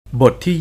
บทที่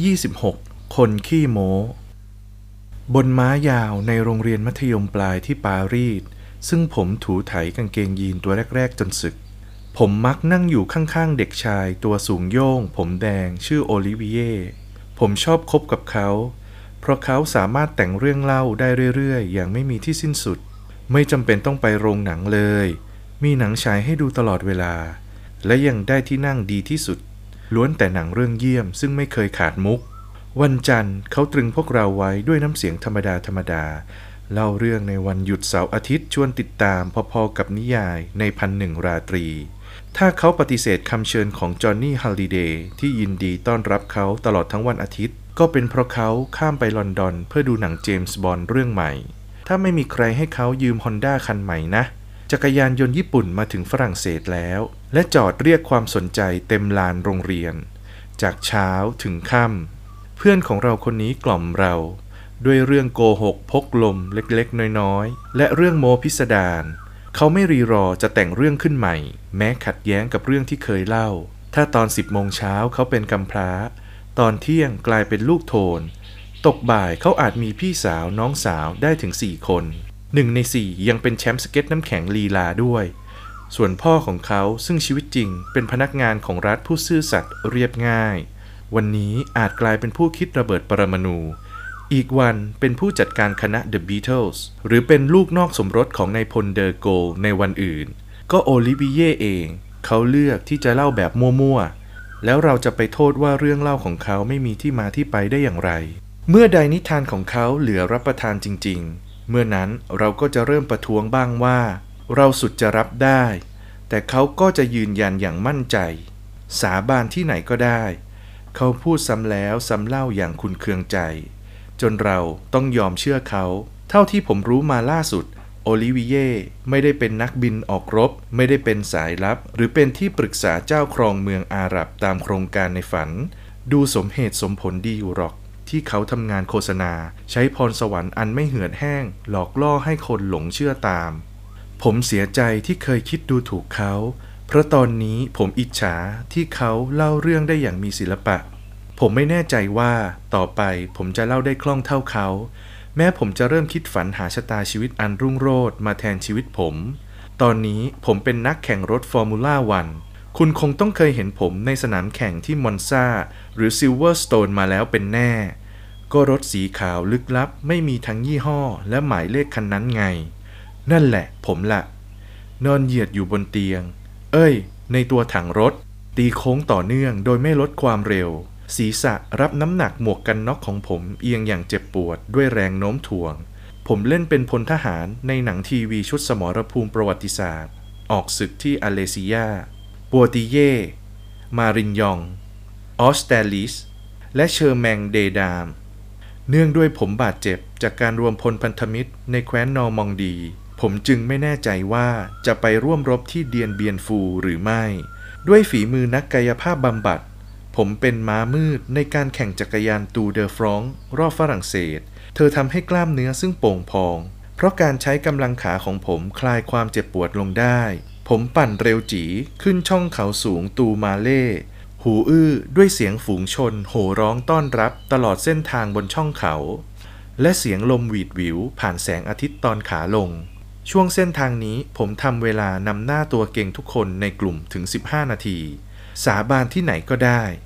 26 คนขี้โม้บนม้ายาวในโรงเรียนมัธยมปลายที่ปารีสซึ่งผมถูไถกางเกงยีนตัวแรกๆจนสึกผมมักนั่งอยู่ข้างๆเด็กชายตัวสูงโย่งผมแดงชื่อโอลิเวียผมชอบคบกับเขาเพราะเขาสามารถแต่งเรื่องเล่าได้เรื่อยๆอย่างไม่มีที่สิ้นสุดไม่จำเป็นต้องไปโรงหนังเลยมีหนังฉายให้ดูตลอดเวลาและยังได้ที่นั่งดีที่สุดล้วนแต่หนังเรื่องเยี่ยมซึ่งไม่เคยขาดมุกวันจันทร์เขาตรึงพวกเราไว้ด้วยน้ำเสียงธรรมดาเล่าเรื่องในวันหยุดเสาร์อาทิตย์ชวนติดตามพอๆกับนิยายใน1,001 ราตรีถ้าเขาปฏิเสธคำเชิญของจอห์นนี่ฮัลลิเดย์ที่ยินดีต้อนรับเขาตลอดทั้งวันอาทิตย์ก็เป็นเพราะเขาข้ามไปลอนดอนเพื่อดูหนังเจมส์บอนด์เรื่องใหม่ถ้าไม่มีใครให้เขายืมฮอนด้าคันใหม่นะจักรยานยนต์ญี่ปุ่นมาถึงฝรั่งเศสแล้วและจอดเรียกความสนใจเต็มลานโรงเรียนจากเช้าถึงค่ำเพื่อนของเราคนนี้กล่อมเราด้วยเรื่องโกหกพกลมเล็กๆน้อยๆและเรื่องโมพิสดารเขาไม่รีรอจะแต่งเรื่องขึ้นใหม่แม้ขัดแย้งกับเรื่องที่เคยเล่าถ้าตอน10 โมงเช้าเขาเป็นกำพร้าตอนเที่ยงกลายเป็นลูกโทนตกบ่ายเขาอาจมีพี่สาวน้องสาวได้ถึง4 คน1 ใน 4ยังเป็นแชมป์สเก็ตน้ำแข็งลีลาด้วยส่วนพ่อของเขาซึ่งชีวิตจริงเป็นพนักงานของรัฐผู้ซื่อสัตย์เรียบง่ายวันนี้อาจกลายเป็นผู้คิดระเบิดปรมาณูอีกวันเป็นผู้จัดการคณะ The Beatles หรือเป็นลูกนอกสมรสของนายพลเดอโกลในวันอื่นก็โอลิเวียเองเขาเลือกที่จะเล่าแบบมั่วๆแล้วเราจะไปโทษว่าเรื่องเล่าของเขาไม่มีที่มาที่ไปได้อย่างไรเมื่อใดนิทานของเขาเหลือรับประทานจริงๆเมื่อนั้นเราก็จะเริ่มประท้วงบ้างว่าเราสุดจะรับได้แต่เขาก็จะยืนยันอย่างมั่นใจสาบานที่ไหนก็ได้เขาพูดซ้ำแล้วซ้ำเล่าอย่างขุ่นเคืองใจจนเราต้องยอมเชื่อเขาเท่าที่ผมรู้มาล่าสุดโอลิเวียไม่ได้เป็นนักบินออกรบไม่ได้เป็นสายลับหรือเป็นที่ปรึกษาเจ้าครองเมืองอาหรับตามโครงการในฝันดูสมเหตุสมผลดีอยู่หรอกที่เขาทำงานโฆษณาใช้พรสวรรค์อันไม่เหือดแห้งหลอกล่อให้คนหลงเชื่อตามผมเสียใจที่เคยคิดดูถูกเขาเพราะตอนนี้ผมอิจฉาที่เขาเล่าเรื่องได้อย่างมีศิลปะผมไม่แน่ใจว่าต่อไปผมจะเล่าได้คล่องเท่าเขาแม้ผมจะเริ่มคิดฝันหาชะตาชีวิตอันรุ่งโรจน์มาแทนชีวิตผมตอนนี้ผมเป็นนักแข่งรถฟอร์มูล่าวันคุณคงต้องเคยเห็นผมในสนามแข่งที่มอนซาหรือซิลเวอร์สโตนมาแล้วเป็นแน่ก็รถสีขาวลึกลับไม่มีทั้งยี่ห้อและหมายเลขคันนั้นไงนั่นแหละผมละนอนเหยียดอยู่บนเตียงในตัวถังรถตีโค้งต่อเนื่องโดยไม่ลดความเร็วศีรษะรับน้ำหนักหมวกกันน็อกของผมเอียงอย่างเจ็บปวดด้วยแรงโน้มถ่วงผมเล่นเป็นพลทหารในหนังทีวีชุดสมรภูมิประวัติศาสตร์ออกศึกที่อเลซิยาปัวติเย่มารินยองออสเตรลิสและเชอร์แมงเดดามเนื่องด้วยผมบาดเจ็บจากการรวมพลพันธมิตรในแคว้นนอร์มองดีผมจึงไม่แน่ใจว่าจะไปร่วมรบที่เดียนเบียนฟูหรือไม่ด้วยฝีมือนักกายภาพบำบัดผมเป็นม้ามืดในการแข่งจักรยานตูเดอฟรองก์รอบฝรั่งเศสเธอทำให้กล้ามเนื้อซึ่งโป่งพองเพราะการใช้กำลังขาของผมคลายความเจ็บปวดลงได้ผมปั่นเร็วจีขึ้นช่องเขาสูงตูมาเล่หูอื้อด้วยเสียงฝูงชนโห่ร้องต้อนรับตลอดเส้นทางบนช่องเขาและเสียงลมหวีดหวิวผ่านแสงอาทิตย์ตอนขาลงช่วงเส้นทางนี้ผมทำเวลานำหน้าตัวเก่งทุกคนในกลุ่มถึง15 นาทีสาบานที่ไหนก็ได้